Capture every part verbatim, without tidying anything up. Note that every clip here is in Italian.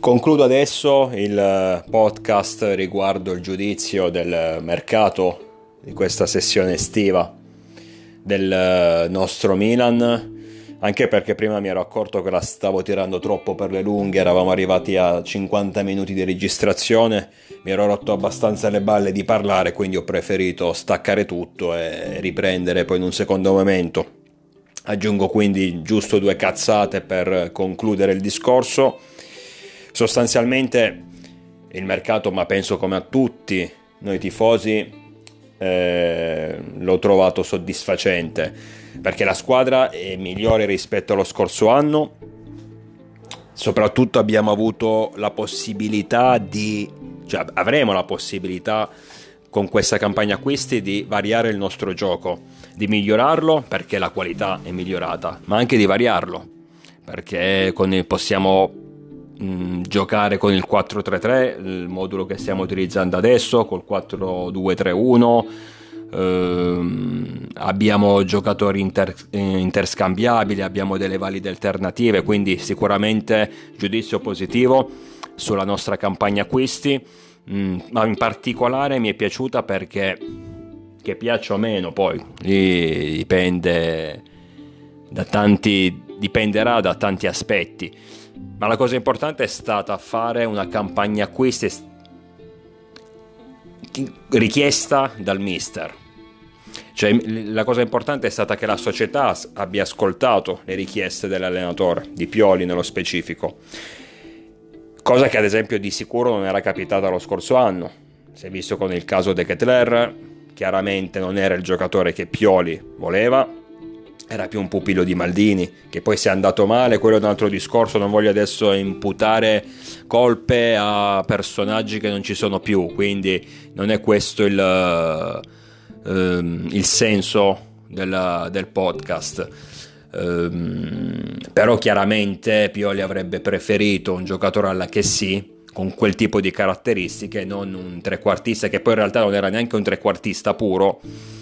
Concludo adesso il podcast riguardo il giudizio del mercato di questa sessione estiva del nostro Milan, anche perché prima mi ero accorto che la stavo tirando troppo per le lunghe, eravamo arrivati a cinquanta minuti di registrazione, mi ero rotto abbastanza le balle di parlare, quindi ho preferito staccare tutto e riprendere poi in un secondo momento. Aggiungo quindi giusto due cazzate per concludere il discorso. Sostanzialmente il mercato, ma penso come a tutti noi tifosi, eh, l'ho trovato soddisfacente, perché la squadra è migliore rispetto allo scorso anno. Soprattutto abbiamo avuto la possibilità di, cioè avremo la possibilità con questa campagna acquisti di variare il nostro gioco, di migliorarlo perché la qualità è migliorata, ma anche di variarlo perché con il, possiamo mh, giocare con il quattro tre tre, il modulo che stiamo utilizzando adesso, col quattro due tre uno. Uh, abbiamo giocatori inter, interscambiabili, abbiamo delle valide alternative, quindi sicuramente giudizio positivo sulla nostra campagna acquisti, mm, ma in particolare mi è piaciuta perché, che piaccia o meno poi dipende da tanti, dipenderà da tanti aspetti, ma la cosa importante è stata fare una campagna acquisti richiesta dal mister. Cioè, la cosa importante è stata che la società abbia ascoltato le richieste dell'allenatore, di Pioli nello specifico, cosa che ad esempio di sicuro non era capitata lo scorso anno. Si è visto con il caso De Ketelaere, chiaramente non era il giocatore che Pioli voleva, era più un pupillo di Maldini, che poi si è andato male, quello è un altro discorso, non voglio adesso imputare colpe a personaggi che non ci sono più, quindi non è questo il, uh, um, il senso del, del podcast. Um, però chiaramente Pioli avrebbe preferito un giocatore alla che sì, con quel tipo di caratteristiche, non un trequartista che poi in realtà non era neanche un trequartista puro,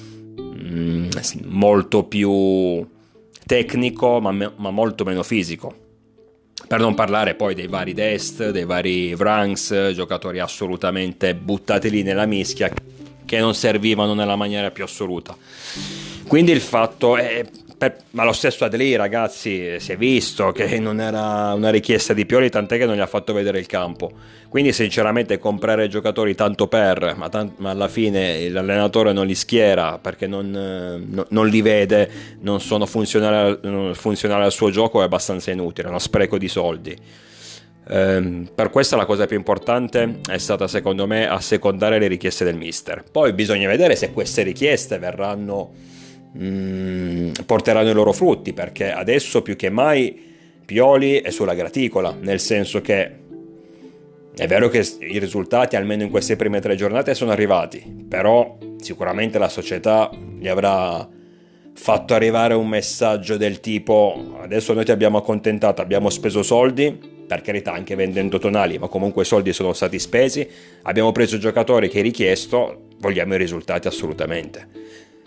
molto più tecnico ma, me- ma molto meno fisico, per non parlare poi dei vari Dest, dei vari Vranks, giocatori assolutamente buttati lì nella mischia che non servivano nella maniera più assoluta. Quindi il fatto è per, ma lo stesso Adli, ragazzi, si è visto che non era una richiesta di Pioli, tant'è che non gli ha fatto vedere il campo. Quindi sinceramente comprare giocatori tanto per, ma, tant- ma alla fine l'allenatore non li schiera perché non, no, non li vede, non sono funzionali, funzionali al suo gioco, è abbastanza inutile, è uno spreco di soldi. Um, per questo la cosa più importante è stata, secondo me, assecondare le richieste del mister. Poi bisogna vedere se queste richieste verranno mm, porteranno i loro frutti, perché adesso più che mai Pioli è sulla graticola, nel senso che è vero che i risultati almeno in queste prime tre giornate sono arrivati, però sicuramente la società gli avrà fatto arrivare un messaggio del tipo: adesso noi ti abbiamo accontentato, abbiamo speso soldi, per carità anche vendendo Tonali, ma comunque i soldi sono stati spesi, abbiamo preso giocatori che hai richiesto, vogliamo i risultati assolutamente.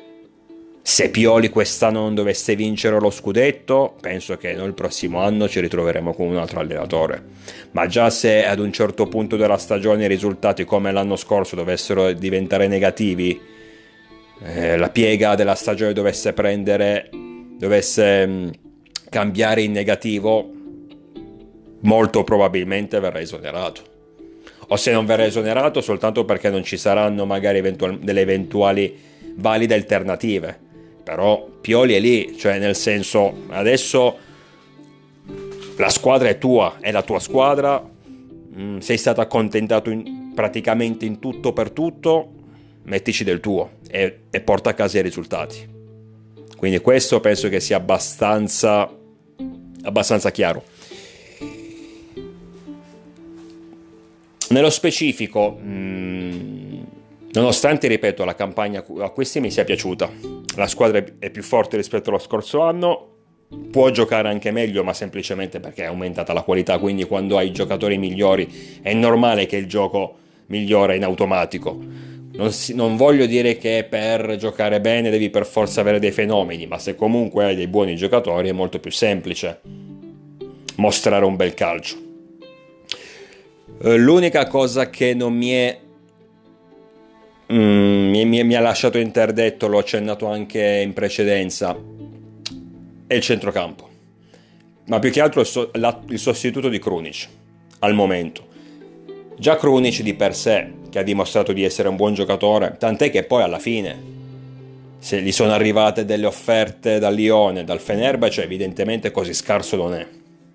Se Pioli quest'anno non dovesse vincere lo scudetto, penso che noi il prossimo anno ci ritroveremo con un altro allenatore, ma già se ad un certo punto della stagione i risultati come l'anno scorso dovessero diventare negativi, eh, la piega della stagione dovesse prendere dovesse mh, cambiare in negativo, molto probabilmente verrà esonerato, o se non verrà esonerato soltanto perché non ci saranno magari eventual- delle eventuali valide alternative. Però Pioli è lì, cioè nel senso, adesso la squadra è tua, è la tua squadra, mh, sei stato accontentato in, praticamente in tutto per tutto, mettici del tuo e, e porta a casa i risultati. Quindi questo penso che sia abbastanza abbastanza chiaro. Nello specifico, mh, nonostante, ripeto, la campagna acquisti mi sia piaciuta, la squadra è più forte rispetto allo scorso anno, può giocare anche meglio, ma semplicemente perché è aumentata la qualità, quindi quando hai giocatori migliori è normale che il gioco migliora in automatico. Non, si, non voglio dire che per giocare bene devi per forza avere dei fenomeni, ma se comunque hai dei buoni giocatori è molto più semplice mostrare un bel calcio. Eh, L'unica cosa che non mi è mm, mi, mi- mi ha lasciato interdetto, l'ho accennato anche in precedenza, è il centrocampo. Ma più che altro il, so- la- il sostituto di Krunic al momento. Già Krunic di per sé, che ha dimostrato di essere un buon giocatore, tant'è che poi alla fine, se gli sono arrivate delle offerte dal Lione, dal Fenerbahce, evidentemente così scarso non è.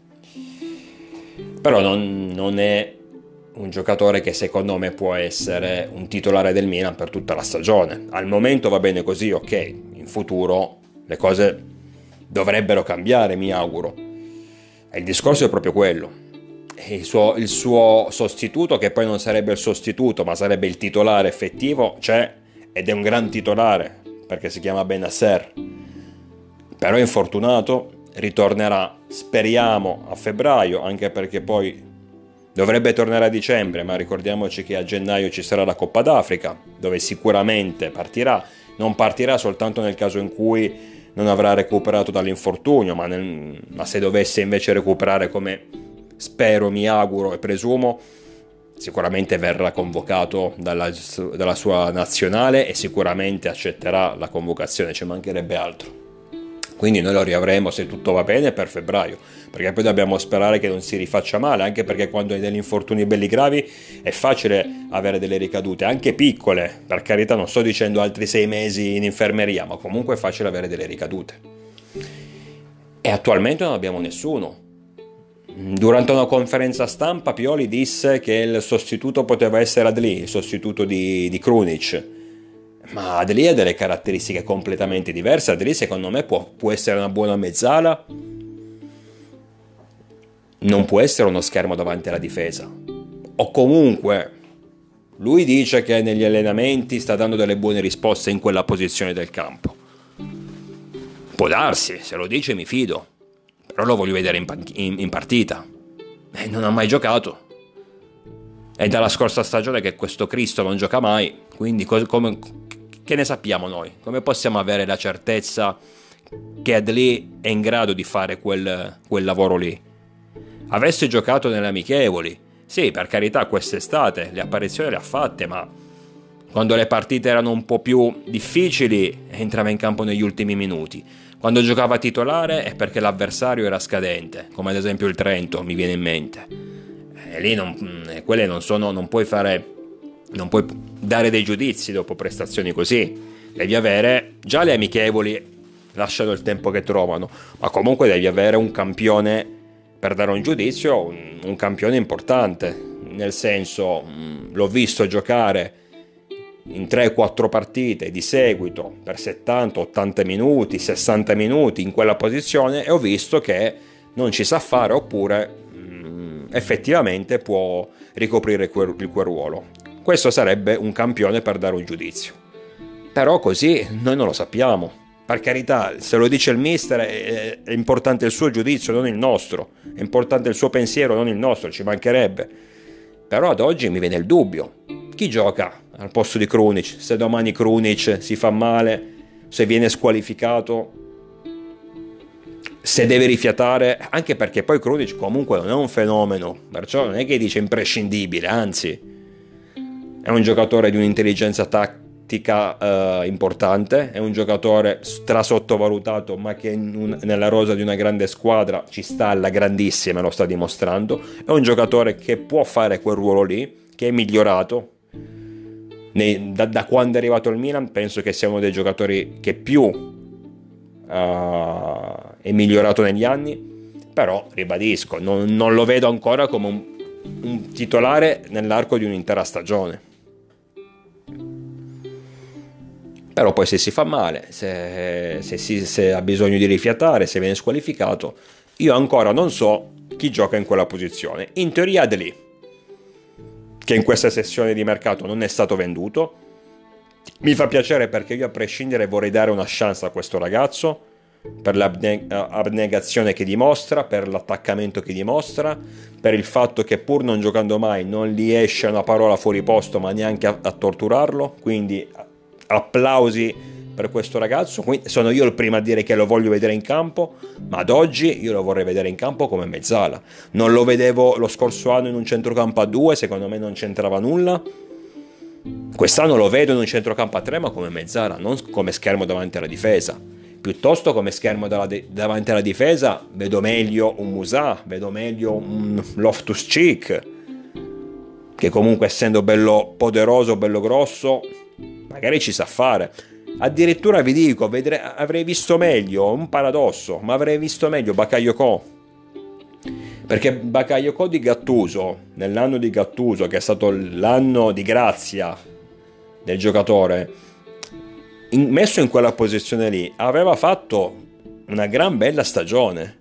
Però non, non è un giocatore che secondo me può essere un titolare del Milan per tutta la stagione. Al momento va bene così, ok. In futuro le cose dovrebbero cambiare, mi auguro. E il discorso è proprio quello. E Il suo, il suo sostituto, che poi non sarebbe il sostituto, ma sarebbe il titolare effettivo, c'è, ed è un gran titolare, perché si chiama Bennacer. Però è infortunato, ritornerà, speriamo, a febbraio, anche perché poi dovrebbe tornare a dicembre, ma ricordiamoci che a gennaio ci sarà la Coppa d'Africa, dove sicuramente partirà. Non partirà soltanto nel caso in cui non avrà recuperato dall'infortunio, ma, nel, ma se dovesse invece recuperare, come spero, mi auguro e presumo, sicuramente verrà convocato dalla, dalla sua nazionale e sicuramente accetterà la convocazione, ci mancherebbe altro. Quindi noi lo riavremo, se tutto va bene, per febbraio, perché poi dobbiamo sperare che non si rifaccia male, anche perché quando hai degli infortuni belli gravi è facile avere delle ricadute, anche piccole, per carità, non sto dicendo altri sei mesi in infermeria, ma comunque è facile avere delle ricadute. E attualmente non abbiamo nessuno. Durante una conferenza stampa Pioli disse che il sostituto poteva essere Adli, il sostituto di, di Krunic. Ma Adli ha delle caratteristiche completamente diverse. Adli secondo me può, può essere una buona mezzala, non può essere uno schermo davanti alla difesa. O comunque lui dice che negli allenamenti sta dando delle buone risposte in quella posizione del campo. Può darsi, se lo dice mi fido, però lo voglio vedere in, in, in partita. E non ha mai giocato. È dalla scorsa stagione che questo Cristo non gioca mai, quindi co- come, che ne sappiamo noi? Come possiamo avere la certezza che Adli è in grado di fare quel, quel lavoro lì? Avesse giocato nelle amichevoli, sì, per carità, quest'estate le apparizioni le ha fatte, ma quando le partite erano un po' più difficili entrava in campo negli ultimi minuti. Quando giocava titolare è perché l'avversario era scadente, come ad esempio il Trento, mi viene in mente. E lì non, quelle non sono, non puoi fare, non puoi dare dei giudizi dopo prestazioni così. Devi avere, già le amichevoli lasciano il tempo che trovano, ma comunque devi avere un campione per dare un giudizio, un, un campione importante, nel senso, mh, l'ho visto giocare in tre quattro partite di seguito per settanta ottanta minuti, sessanta minuti in quella posizione, e ho visto che non ci sa fare, oppure mh, effettivamente può ricoprire quel, quel ruolo. Questo sarebbe un campione per dare un giudizio. Però così noi non lo sappiamo. Per carità, se lo dice il mister, è, è importante il suo giudizio, non il nostro. È importante il suo pensiero, non il nostro, ci mancherebbe. Però ad oggi mi viene il dubbio. Chi gioca al posto di Krunic? Se domani Krunic si fa male, se viene squalificato, se deve rifiatare, anche perché poi Krunic comunque non è un fenomeno, perciò non è che dice imprescindibile, anzi è un giocatore di un'intelligenza tattica Uh, importante, è un giocatore strasottovalutato, ma che in un, nella rosa di una grande squadra ci sta alla grandissima, lo sta dimostrando. È un giocatore che può fare quel ruolo lì, che è migliorato ne, da, da quando è arrivato al Milan. Penso che sia uno dei giocatori che più uh, è migliorato negli anni, però ribadisco, non, non lo vedo ancora come un, un titolare nell'arco di un'intera stagione. Però poi se si fa male, se, se, si, se ha bisogno di rifiatare, se viene squalificato, io ancora non so chi gioca in quella posizione. In teoria Adli, che in questa sessione di mercato non è stato venduto. Mi fa piacere, perché io a prescindere vorrei dare una chance a questo ragazzo, per l'abnegazione che dimostra, per l'attaccamento che dimostra, per il fatto che pur non giocando mai non gli esce una parola fuori posto, ma neanche a, a torturarlo. Quindi applausi per questo ragazzo, quindi sono io il primo a dire che lo voglio vedere in campo, ma ad oggi io lo vorrei vedere in campo come mezzala. Non lo vedevo lo scorso anno in un centrocampo a due, secondo me non c'entrava nulla. Quest'anno lo vedo in un centrocampo a tre, ma come mezzala, non come schermo davanti alla difesa. Piuttosto come schermo de- davanti alla difesa vedo meglio un Musà, vedo meglio un Loftus-Cheek, che comunque essendo bello poderoso, bello grosso, magari ci sa fare. Addirittura vi dico, vedrei, avrei visto meglio, un paradosso, ma avrei visto meglio Bakayoko. Perché Bakayoko di Gattuso, nell'anno di Gattuso, che è stato l'anno di grazia del giocatore, in, messo in quella posizione lì, aveva fatto una gran bella stagione.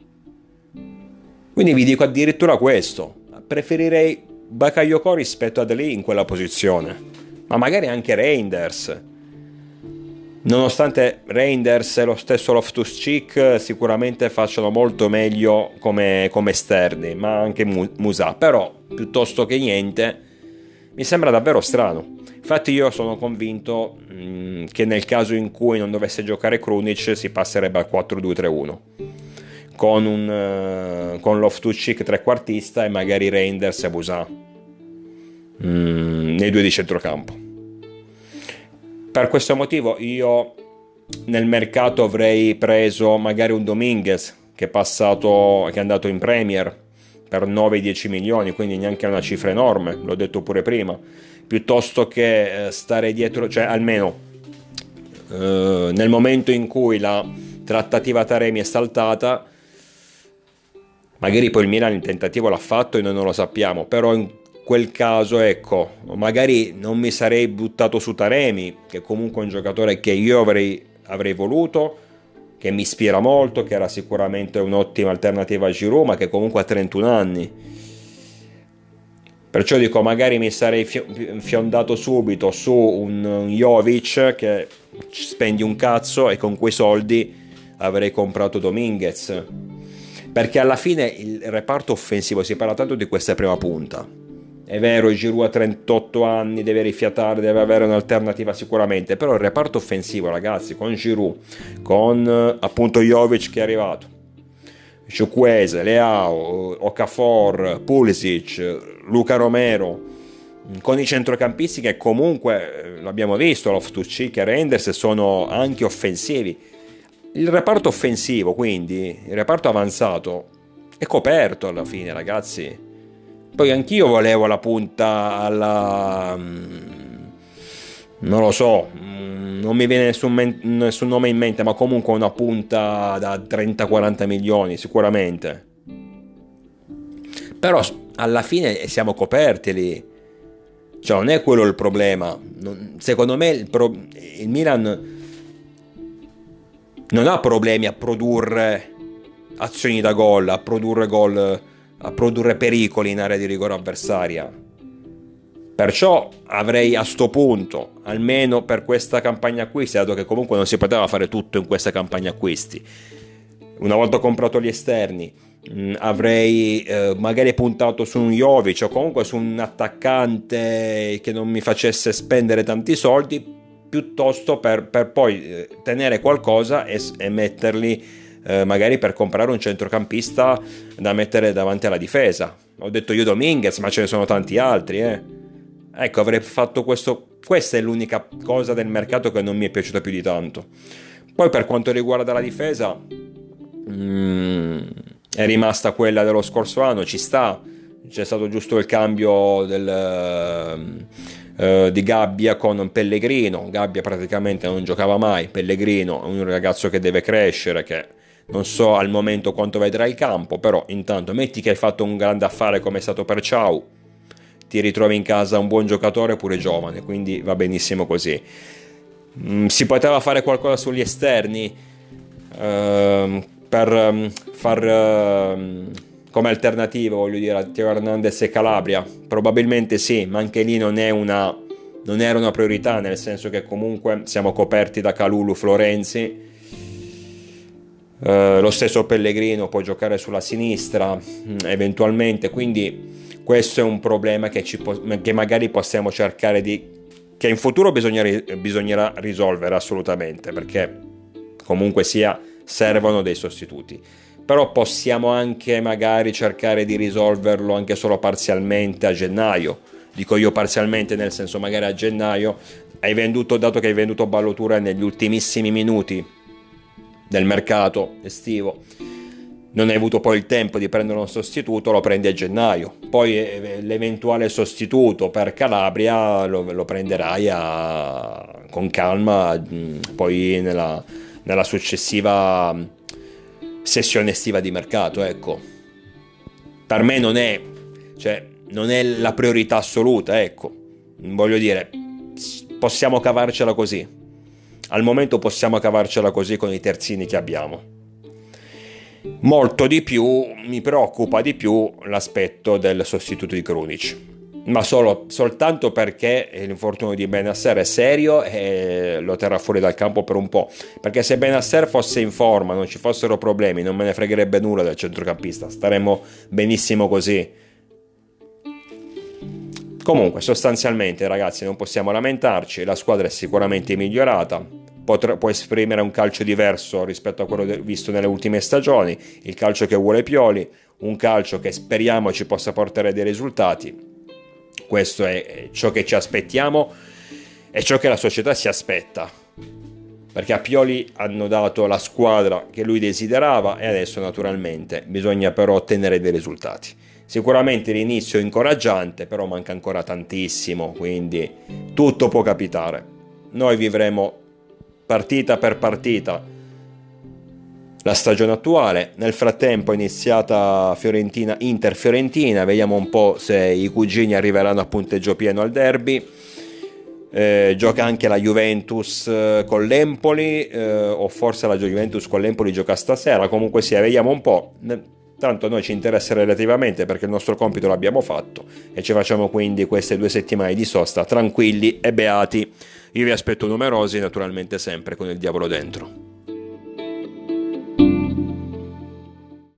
Quindi vi dico addirittura questo, preferirei Bakayoko rispetto a Dele in quella posizione, ma magari anche Reinders, nonostante Reinders e lo stesso Loftus-Cheek sicuramente facciano molto meglio come, come esterni, ma anche Musà, però piuttosto che niente mi sembra davvero strano. Infatti io sono convinto mh, che nel caso in cui non dovesse giocare Krunic si passerebbe al quattro due tre uno con un uh, con Loftus-Cheek trequartista e magari Reinders e Musà mm, nei due di centrocampo. Per questo motivo io nel mercato avrei preso magari un Dominguez che è passato, che è andato in Premier per nove dieci milioni, quindi neanche una cifra enorme, l'ho detto pure prima, piuttosto che stare dietro, cioè almeno eh, nel momento in cui la trattativa Taremi è saltata, magari poi il Milan il tentativo l'ha fatto e noi non lo sappiamo, però in quel caso ecco, magari non mi sarei buttato su Taremi, che comunque è un giocatore che io avrei, avrei voluto, che mi ispira molto, che era sicuramente un'ottima alternativa a Giroud, ma che comunque ha trentuno anni. Perciò dico, magari mi sarei fiondato subito su un Jovic che spendi un cazzo e con quei soldi avrei comprato Dominguez. Perché alla fine il reparto offensivo, si parla tanto di questa prima punta. È vero, Giroud ha trentotto anni, deve rifiatare, deve avere un'alternativa sicuramente, però il reparto offensivo, ragazzi, con Giroud, con appunto Jovic che è arrivato, Chukwueze, Leao, Okafor, Pulisic, Luca Romero, con i centrocampisti che comunque, l'abbiamo visto, Loftus-Cheek e Reinders sono anche offensivi. Il reparto offensivo, quindi, il reparto avanzato, è coperto alla fine, ragazzi. Poi anch'io volevo la punta alla... non lo so, non mi viene nessun, men- nessun nome in mente, ma comunque una punta da trenta quaranta milioni, sicuramente. Però alla fine siamo coperti lì. Cioè non è quello il problema. Non, secondo me il, pro- il Milan non ha problemi a produrre azioni da gol, a produrre gol, a produrre pericoli in area di rigore avversaria. Perciò avrei a sto punto, almeno per questa campagna acquisti, dato che comunque non si poteva fare tutto in questa campagna acquisti, una volta comprato gli esterni, mh, avrei eh, magari puntato su un Jovic o comunque su un attaccante che non mi facesse spendere tanti soldi, piuttosto per, per poi eh, tenere qualcosa e, e metterli Eh, magari per comprare un centrocampista da mettere davanti alla difesa. Ho detto io Dominguez, ma ce ne sono tanti altri, eh. Ecco, avrei fatto questo. Questa è l'unica cosa del mercato che non mi è piaciuta più di tanto. Poi per quanto riguarda la difesa, mm, è rimasta quella dello scorso anno, ci sta. C'è stato giusto il cambio del, uh, di Gabbia con Pellegrino. Gabbia praticamente non giocava mai, Pellegrino è un ragazzo che deve crescere, che non so al momento quanto vedrà il campo, però intanto metti che hai fatto un grande affare come è stato per Ciao, ti ritrovi in casa un buon giocatore pure giovane, quindi va benissimo così. Mm, si poteva fare qualcosa sugli esterni ehm, per um, far um, come alternativa, voglio dire, a Teo Hernandez e Calabria? Probabilmente sì, ma anche lì non è una non era una priorità, nel senso che comunque siamo coperti da Kalulu, Florenzi. Uh, lo stesso Pellegrino può giocare sulla sinistra mh, eventualmente, quindi questo è un problema che, ci po- che magari possiamo cercare di che in futuro bisogna, bisognerà risolvere assolutamente, perché comunque sia servono dei sostituti. Però possiamo anche magari cercare di risolverlo anche solo parzialmente a gennaio. Dico io parzialmente nel senso, magari a gennaio hai venduto, dato che hai venduto Ballo-Touré negli ultimissimi minuti del mercato estivo, non hai avuto poi il tempo di prendere un sostituto, lo prendi a gennaio. Poi l'eventuale sostituto per Calabria lo, lo prenderai a, con calma poi nella, nella successiva sessione estiva di mercato. Ecco, per me non è, cioè, non è la priorità assoluta, ecco, voglio dire, possiamo cavarcela così, al momento possiamo cavarcela così con i terzini che abbiamo. Molto di più mi preoccupa di più l'aspetto del sostituto di Krunic, ma solo, soltanto perché l'infortunio di Bennacer è serio e lo terrà fuori dal campo per un po', perché se Bennacer fosse in forma, non ci fossero problemi, non me ne fregherebbe nulla del centrocampista, staremmo benissimo così. Comunque sostanzialmente, ragazzi, non possiamo lamentarci, la squadra è sicuramente migliorata, potrà, può esprimere un calcio diverso rispetto a quello de- visto nelle ultime stagioni, il calcio che vuole Pioli, un calcio che speriamo ci possa portare dei risultati. Questo è ciò che ci aspettiamo e ciò che la società si aspetta, perché a Pioli hanno dato la squadra che lui desiderava e adesso naturalmente bisogna però ottenere dei risultati. Sicuramente l'inizio è incoraggiante, però manca ancora tantissimo, quindi tutto può capitare. Noi vivremo partita per partita la stagione attuale. Nel frattempo è iniziata Fiorentina, Inter-Fiorentina, vediamo un po' se i cugini arriveranno a punteggio pieno al derby. Eh, gioca anche la Juventus eh, con l'Empoli, eh, o forse la Juventus con l'Empoli gioca stasera, comunque sia, vediamo un po'. Tanto a noi ci interessa relativamente perché il nostro compito l'abbiamo fatto e ci facciamo quindi queste due settimane di sosta tranquilli e beati. Io vi aspetto numerosi, naturalmente sempre con il diavolo dentro.